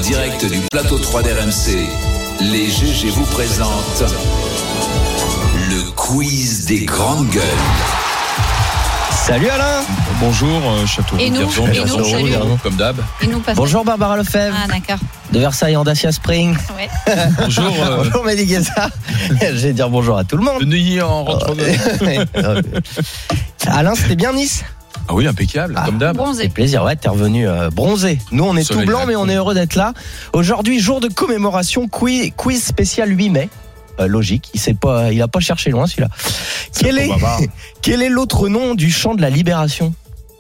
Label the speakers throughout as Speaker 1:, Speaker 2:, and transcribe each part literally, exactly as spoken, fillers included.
Speaker 1: direct du plateau trois d'R M C, les G G vous présentent le quiz des grandes gueules.
Speaker 2: Salut Alain.
Speaker 3: Bonjour euh, Château
Speaker 4: Et nous, et nous, salut.
Speaker 3: Comme d'hab.
Speaker 4: Et nous, Pascal.
Speaker 2: Bonjour Barbara Lefebvre.
Speaker 4: Ah d'accord.
Speaker 2: De Versailles en Dacia Spring.
Speaker 4: Ouais.
Speaker 3: Bonjour. Euh,
Speaker 2: bonjour Mehdi Guessa. Je vais dire bonjour à tout le monde.
Speaker 3: de Neuilly en rentrant de...
Speaker 2: Alain, c'était bien Nice?
Speaker 3: Ah oui, impeccable,
Speaker 2: Ah,
Speaker 3: comme d'hab.
Speaker 4: Bronzé.
Speaker 2: C'est plaisir, ouais, t'es revenu euh, bronzé. Nous, on est
Speaker 3: Soleil
Speaker 2: tout blanc,
Speaker 3: là,
Speaker 2: mais on est heureux d'être là. Aujourd'hui, jour de commémoration, quiz, quiz spécial huit mai. Euh, logique, il sait pas, il a pas cherché loin celui-là. Quel est, quel est l'autre nom du chant de la Libération?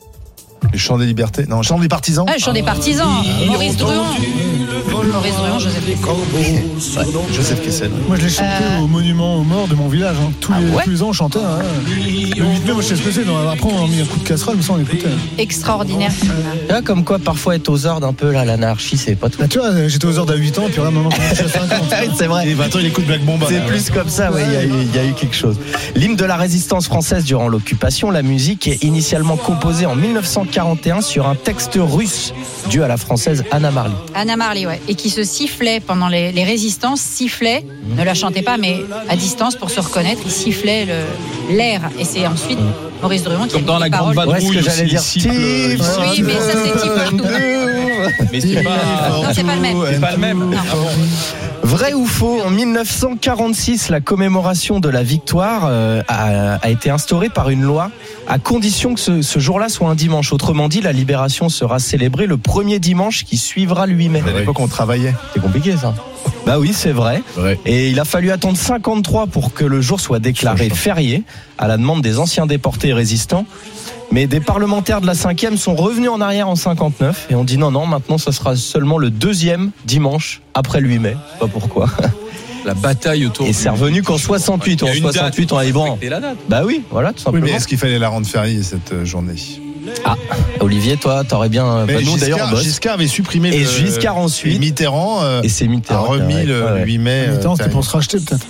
Speaker 5: Le chant des libertés. Non, le chant des partisans.
Speaker 4: Ah, le chant des partisans. Ah, Maurice Druon. Maurice Druon, Joseph Kessel.
Speaker 5: Ouais, Joseph Kessel.
Speaker 6: Moi, je l'ai chanté
Speaker 4: Euh...
Speaker 6: au monument aux morts de mon village. Hein. Tous,
Speaker 4: Ah
Speaker 6: les,
Speaker 4: ouais
Speaker 6: tous les ans, on chantait. Hein. Le huit mai, moi, je sais ce que c'est. Donc, après, on a mis un coup de casserole, mais ça, on écoutait.
Speaker 4: Extraordinaire.
Speaker 2: Tu vois, comme quoi, parfois, être aux ordres un peu, là, l'anarchie, c'est pas tout.
Speaker 6: Bah, tu vois, j'étais aux heures d'à huit ans, puis là, maintenant, je suis à cinquante.
Speaker 2: C'est vrai.
Speaker 5: Et maintenant, il écoute Black Bomba.
Speaker 2: C'est plus comme ça, oui, il y a eu- il y, a eu quelque chose. L'hymne de la résistance française durant l'occupation, la musique est initialement composée en mille neuf cent quarante et un sur un texte russe dû à la française Anna Marley.
Speaker 4: Anna Marley, ouais. Et qui se sifflait pendant les, les résistances, sifflait, ne la chantait pas, mais à distance pour se reconnaître, il sifflait le- l'air. Et c'est ensuite Maurice Druon qui a
Speaker 3: Comme dans
Speaker 4: mis
Speaker 3: la
Speaker 4: les
Speaker 3: grande
Speaker 4: paroles.
Speaker 2: Ouais, ce que
Speaker 3: vadrouille
Speaker 2: j'allais
Speaker 3: aussi,
Speaker 2: dire.
Speaker 3: siffle, euh,
Speaker 2: Tiff,
Speaker 4: Oui, mais ça, c'est type partout.
Speaker 3: Mais c'est pas...
Speaker 4: Non, c'est pas le même.
Speaker 3: C'est pas le même.
Speaker 4: Non.
Speaker 3: Ah bon.
Speaker 2: Vrai ou faux, en mille neuf cent quarante-six, la commémoration de la victoire euh, a, a été instaurée par une loi à condition que ce, ce jour-là soit un dimanche. Autrement dit, la libération sera célébrée le premier dimanche qui suivra le huit mai.
Speaker 5: À l'époque, on travaillait.
Speaker 2: C'est compliqué ça. Bah oui, c'est vrai.
Speaker 3: Ouais.
Speaker 2: Et il a fallu attendre cinquante-trois pour que le jour soit déclaré férié à la demande des anciens déportés et résistants. Mais des parlementaires de la cinquième sont revenus en arrière en cinquante-neuf et on dit non, non, maintenant ça sera seulement le deuxième dimanche après le huit mai. Je sais pas pourquoi.
Speaker 3: La bataille autour...
Speaker 2: Et c'est revenu qu'en soixante-huit.
Speaker 3: Il y a
Speaker 2: En
Speaker 3: une date,
Speaker 2: soixante-huit, on a dit bon.
Speaker 3: respecter la date.
Speaker 2: Bah oui, voilà, tout
Speaker 5: Oui,
Speaker 2: simplement.
Speaker 5: mais est-ce qu'il fallait la rendre fériée, cette euh, journée?
Speaker 2: Ah, Olivier, toi, t'aurais bien.
Speaker 5: Mais
Speaker 2: Bah, nous, d'ailleurs, on
Speaker 5: Giscard,
Speaker 2: bosse.
Speaker 5: Giscard avait supprimé
Speaker 2: Et
Speaker 5: le...
Speaker 2: Giscard ensuite.
Speaker 5: Et Mitterrand euh,
Speaker 2: Et c'est
Speaker 5: a
Speaker 2: Mitterrand.
Speaker 5: remis
Speaker 2: ouais,
Speaker 5: le
Speaker 2: ouais.
Speaker 5: huit mai. euh,
Speaker 6: Attends, c'était
Speaker 5: férié.
Speaker 6: pour se racheter, peut-être.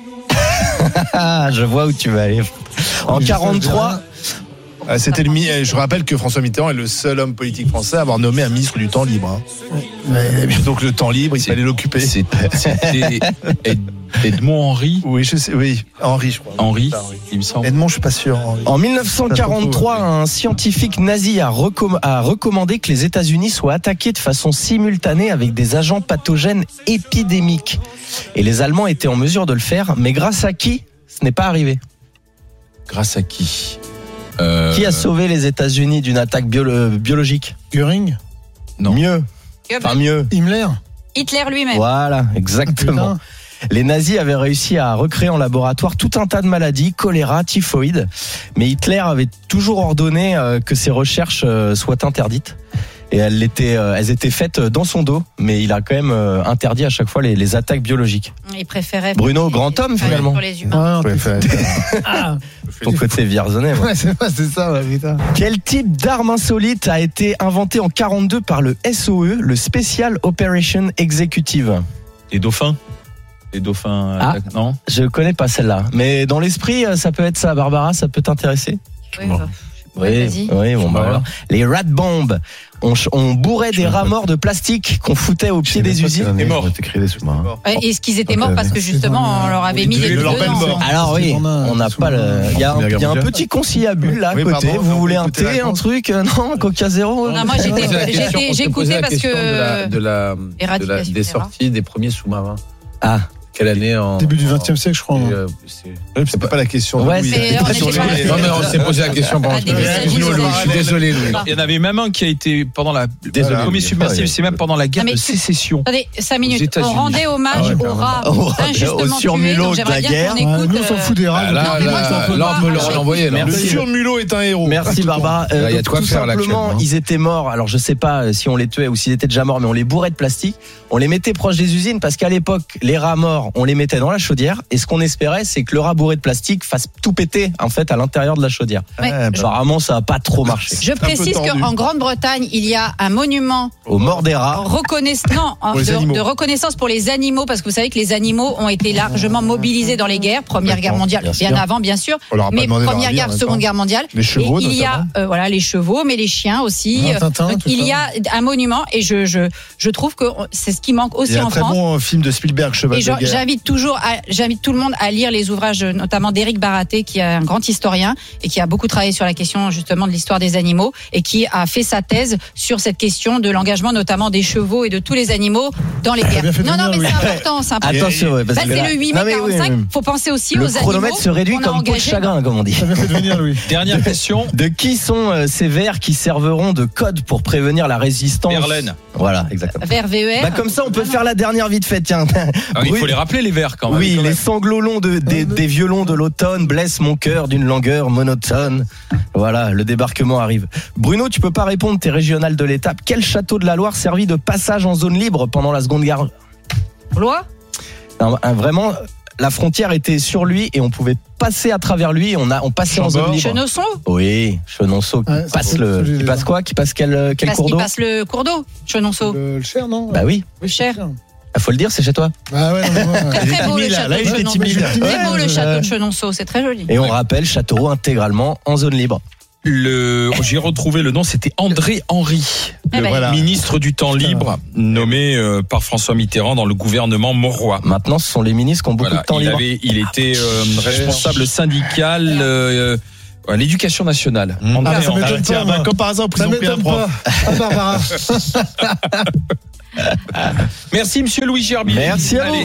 Speaker 2: Ah, je vois où tu vas aller. En
Speaker 6: Oui,
Speaker 2: quarante-trois.
Speaker 5: Ah, c'était le mi- Je rappelle que François Mitterrand est le seul homme politique français à avoir nommé un ministre du temps libre. Hein. Donc le temps libre, il
Speaker 3: C'est-
Speaker 5: fallait l'occuper.
Speaker 3: C'est- C'était Ed- Edmond Henry.
Speaker 5: Oui, je sais. Oui, Henri, je crois.
Speaker 3: Henry,
Speaker 5: Ah, oui.
Speaker 3: il me semble.
Speaker 5: Edmond, je suis pas sûr. Henri.
Speaker 2: En mille neuf cent quarante-trois, un scientifique nazi a, recomm- a recommandé que les États-Unis soient attaqués de façon simultanée avec des agents pathogènes épidémiques. Et les Allemands étaient en mesure de le faire, mais grâce à qui ce n'est pas arrivé?
Speaker 3: Grâce à qui euh...
Speaker 2: Qui a sauvé les États-Unis d'une attaque biolo- biologique?
Speaker 6: Göring,
Speaker 3: Non.
Speaker 2: Mieux. Enfin mieux.
Speaker 6: Himmler.
Speaker 4: Hitler lui-même.
Speaker 2: Voilà, exactement.
Speaker 6: Putain.
Speaker 2: Les nazis avaient réussi à recréer en laboratoire tout un tas de maladies, choléra, typhoïde, mais Hitler avait toujours ordonné euh, que ces recherches euh, soient interdites. Et elles étaient, euh, elles étaient faites dans son dos, mais il a quand même euh, interdit à chaque fois les, les attaques biologiques.
Speaker 4: Il préférait.
Speaker 2: Bruno,
Speaker 4: les-
Speaker 2: grand homme,
Speaker 4: les-
Speaker 2: finalement.
Speaker 4: Pour les humains.
Speaker 6: Ah, non,
Speaker 5: Ouais, fait-
Speaker 6: ah.
Speaker 2: Ton côté vierzonais, moi.
Speaker 6: Ouais, c'est pas, c'est ça, ouais, putain.
Speaker 2: Quel type d'arme insolite a été inventé en quarante-deux par le S O E, le Special Operation Executive?
Speaker 3: Les dauphins. Les dauphins.
Speaker 2: Ah.
Speaker 3: attaquent- Non.
Speaker 2: Je connais pas celle-là, mais dans l'esprit, euh, ça peut être ça. Barbara, ça peut t'intéresser?
Speaker 4: Oui, bah,
Speaker 2: Oui,
Speaker 4: vas-y.
Speaker 2: oui, bon, bah,
Speaker 3: Voilà.
Speaker 2: voilà. Les rat bombs. On, ch- on bourrait des rats morts de plastique qu'on foutait au pied des usines.
Speaker 3: Et mort.
Speaker 4: Ouais, Est-ce qu'ils étaient morts parce que justement on leur avait mis des
Speaker 5: de
Speaker 4: trucs
Speaker 5: leur belle
Speaker 4: dedans?
Speaker 5: mort.
Speaker 2: Alors oui,
Speaker 6: On a-
Speaker 2: on n'a pas le. Il y a un, il y a un petit conciliabule là à
Speaker 5: Oui,
Speaker 2: côté.
Speaker 5: pardon,
Speaker 2: Vous
Speaker 5: on
Speaker 2: voulez
Speaker 5: peut
Speaker 2: un
Speaker 5: écouter la
Speaker 2: thé, un
Speaker 5: réponse.
Speaker 2: truc? Euh, Non, Coca Zéro.
Speaker 4: Ah, moi, j'étais-
Speaker 3: Posez la
Speaker 4: j'étais-
Speaker 3: question, on se
Speaker 4: j'écoutais
Speaker 3: posait la
Speaker 4: parce
Speaker 3: question
Speaker 4: que-
Speaker 3: de la, de la, de la-
Speaker 4: Éradication
Speaker 3: des
Speaker 4: des rats.
Speaker 3: sorties des premiers sous-marins.
Speaker 2: Ah,
Speaker 3: Quelle année en
Speaker 6: Début du vingtième siècle, je crois.
Speaker 3: en-
Speaker 6: non.
Speaker 3: euh, c'est-
Speaker 5: Oui, c'est pas la question. de
Speaker 2: Ouais,
Speaker 5: Louis.
Speaker 2: c'est-
Speaker 5: Il a
Speaker 4: on
Speaker 5: été
Speaker 4: était
Speaker 5: sur
Speaker 4: pas
Speaker 5: les-
Speaker 4: là.
Speaker 3: Non, mais on s'est posé la question pendant
Speaker 4: Ah, des messages,
Speaker 3: Bruno,
Speaker 4: des
Speaker 3: Louis, je suis
Speaker 4: messages.
Speaker 3: désolé, Louis.
Speaker 4: Ah.
Speaker 3: Il y en avait même un qui a été pendant la
Speaker 2: Désolé.
Speaker 3: le premier submersible, c'est même pendant la guerre
Speaker 4: Ah, mais
Speaker 3: de
Speaker 4: tu-
Speaker 3: sécession.
Speaker 4: Attendez, cinq minutes. On
Speaker 3: États-Unis.
Speaker 4: rendait hommage
Speaker 3: Ah ouais,
Speaker 4: aux
Speaker 3: carrément.
Speaker 4: rats
Speaker 2: Au-
Speaker 4: injustement
Speaker 2: au
Speaker 4: tués.
Speaker 2: surmulot
Speaker 4: Donc
Speaker 2: de
Speaker 4: j'aimerais
Speaker 2: la
Speaker 4: bien
Speaker 2: guerre.
Speaker 4: qu'on
Speaker 6: Ouais,
Speaker 4: écoute.
Speaker 6: nous, on s'en fout des rats.
Speaker 3: Ah, là,
Speaker 4: Non, mais moi,
Speaker 3: là,
Speaker 4: je m'en fous
Speaker 3: là, on peut
Speaker 4: pas.
Speaker 3: le l'envoyer. là.
Speaker 5: Le
Speaker 2: Merci.
Speaker 5: surmulot est un héros.
Speaker 2: merci Barbara. Euh,
Speaker 3: Là, il y a
Speaker 2: donc,
Speaker 3: de quoi
Speaker 2: tout
Speaker 3: faire, là,
Speaker 2: simplement,
Speaker 3: actuellement.
Speaker 2: ils étaient morts. Alors je sais pas euh, si on les tuait ou s'ils étaient déjà morts, mais on les bourrait de plastique. On les mettait proches des usines parce qu'à l'époque, les rats morts, alors on les mettait dans la chaudière et ce qu'on espérait c'est que le rat bourré de plastique fasse tout péter en fait à l'intérieur de la chaudière.
Speaker 4: Ouais.
Speaker 2: Ouais, apparemment ça a pas trop marché.
Speaker 4: Je précise qu'en Grande-Bretagne, il y a un monument
Speaker 2: Aux morts des rats.
Speaker 4: reconnaissance, non, en-
Speaker 5: Pour les
Speaker 4: de,
Speaker 5: animaux.
Speaker 4: de reconnaissance pour les animaux, parce que vous savez que les animaux ont été largement mobilisés dans les guerres, Première Guerre mondiale,
Speaker 2: bien
Speaker 4: bien,
Speaker 2: sûr.
Speaker 4: avant bien sûr,
Speaker 5: On leur a pas
Speaker 4: mais
Speaker 5: demandé leur
Speaker 4: Première
Speaker 5: avis en
Speaker 4: Guerre,
Speaker 5: même
Speaker 4: Seconde
Speaker 5: temps.
Speaker 4: Guerre mondiale.
Speaker 5: Les chevaux,
Speaker 4: et il y a
Speaker 5: notamment.
Speaker 4: euh, voilà les chevaux, mais les chiens aussi.
Speaker 6: Ah, Tintin,
Speaker 4: Donc,
Speaker 6: tout
Speaker 4: il
Speaker 6: ça.
Speaker 4: y a un monument et je je je trouve que c'est ce qui manque
Speaker 5: Il
Speaker 4: aussi
Speaker 5: y a un
Speaker 4: en
Speaker 5: très
Speaker 4: France.
Speaker 5: bon film de Spielberg, Cheval
Speaker 4: Et
Speaker 5: de
Speaker 4: je-
Speaker 5: guerre.
Speaker 4: j'invite toujours, à- j'invite tout le monde à lire les ouvrages, notamment d'Éric Baraté, qui est un grand historien et qui a beaucoup travaillé sur la question justement de l'histoire des animaux et qui a fait sa thèse sur cette question de l'engagement, notamment des chevaux et de tous les animaux dans les guerres.
Speaker 6: bien fait de
Speaker 4: Non, non, mais
Speaker 6: venir,
Speaker 4: c'est
Speaker 6: oui.
Speaker 4: important, c'est important.
Speaker 2: Attention, ouais, parce
Speaker 4: Bah,
Speaker 2: que
Speaker 4: c'est
Speaker 2: là-
Speaker 4: le huit
Speaker 2: Non,
Speaker 4: mai
Speaker 2: mais oui,
Speaker 4: quarante-cinq.
Speaker 2: oui.
Speaker 4: Faut penser aussi
Speaker 2: Le
Speaker 4: aux
Speaker 2: chronomètre
Speaker 4: animaux
Speaker 2: se réduit
Speaker 4: qu'on a
Speaker 2: comme peau de
Speaker 4: engagés.
Speaker 2: chagrin, comme on dit.
Speaker 6: T'as bien fait de venir, Louis.
Speaker 3: Dernière question.
Speaker 2: De qui sont euh, ces vers qui serviront de code pour prévenir la résistance?
Speaker 3: Verlaine.
Speaker 2: Voilà, exactement.
Speaker 4: Vers V E R.
Speaker 2: Bah comme ça, on peut faire la dernière vite fait, tiens.
Speaker 3: Ah, il
Speaker 2: Brut-
Speaker 3: faut les rappeler les vers quand même.
Speaker 2: Oui,
Speaker 3: quand
Speaker 2: les
Speaker 3: même.
Speaker 2: sanglots longs de, des, des violons de l'automne blessent mon cœur d'une langueur monotone. Voilà, le débarquement arrive. Bruno, tu peux pas répondre, t'es régional de l'étape. Quel château de la Loire servit de passage en zone libre pendant la Seconde Guerre?
Speaker 4: Loi.
Speaker 2: Non, un- Vraiment, la frontière était sur lui et on pouvait passer à travers lui. Et on a, on passait en
Speaker 5: Chambord.
Speaker 2: zone libre.
Speaker 4: Chenonceau.
Speaker 2: Oui, Chenonceau. Qui
Speaker 6: Ouais, c'est
Speaker 2: passe
Speaker 6: ça,
Speaker 2: le,
Speaker 6: j'ai
Speaker 2: qui
Speaker 6: les
Speaker 2: passe
Speaker 6: gens.
Speaker 2: quoi? Qui passe quel, quel
Speaker 4: Parce
Speaker 2: cours
Speaker 4: qu'il
Speaker 2: d'eau?
Speaker 4: passe le cours d'eau. Chenonceau.
Speaker 6: Le, le Cher, non
Speaker 2: Bah oui.
Speaker 4: Le Cher.
Speaker 2: Ah, faut le dire, c'est chez toi.
Speaker 6: Ah ouais, non, mais moi,
Speaker 4: Très, très beau le
Speaker 2: timide, là.
Speaker 4: château
Speaker 2: Là,
Speaker 4: de
Speaker 2: il était
Speaker 4: Chenonceau.
Speaker 2: timide.
Speaker 4: Très beau
Speaker 2: Ouais,
Speaker 4: le château
Speaker 2: ouais.
Speaker 4: de Chenonceau, c'est très joli.
Speaker 2: Et on rappelle, Châteauroux intégralement en zone libre.
Speaker 3: Le, j'ai retrouvé le nom, c'était André Henry,
Speaker 4: Eh
Speaker 3: le
Speaker 4: ben.
Speaker 5: Voilà.
Speaker 3: ministre du temps libre, nommé euh, par François Mitterrand dans le gouvernement Mauroy.
Speaker 2: Maintenant, ce sont les ministres qui ont beaucoup
Speaker 3: Voilà,
Speaker 2: de temps
Speaker 3: il
Speaker 2: libre.
Speaker 3: avait, il était euh, responsable syndical euh, à l'éducation nationale.
Speaker 5: Mmh.
Speaker 3: André
Speaker 6: Ah, ça
Speaker 3: Henry.
Speaker 6: m'étonne
Speaker 5: Ah, tiens,
Speaker 6: pas,
Speaker 5: bah,
Speaker 6: moi.
Speaker 5: comme par hasard,
Speaker 6: Ça
Speaker 5: prison pris un
Speaker 6: m'étonne
Speaker 5: prof.
Speaker 6: pas. Ah, Barbara.
Speaker 3: Merci Monsieur Louis Gerbier.
Speaker 2: Merci à vous.
Speaker 3: Allez.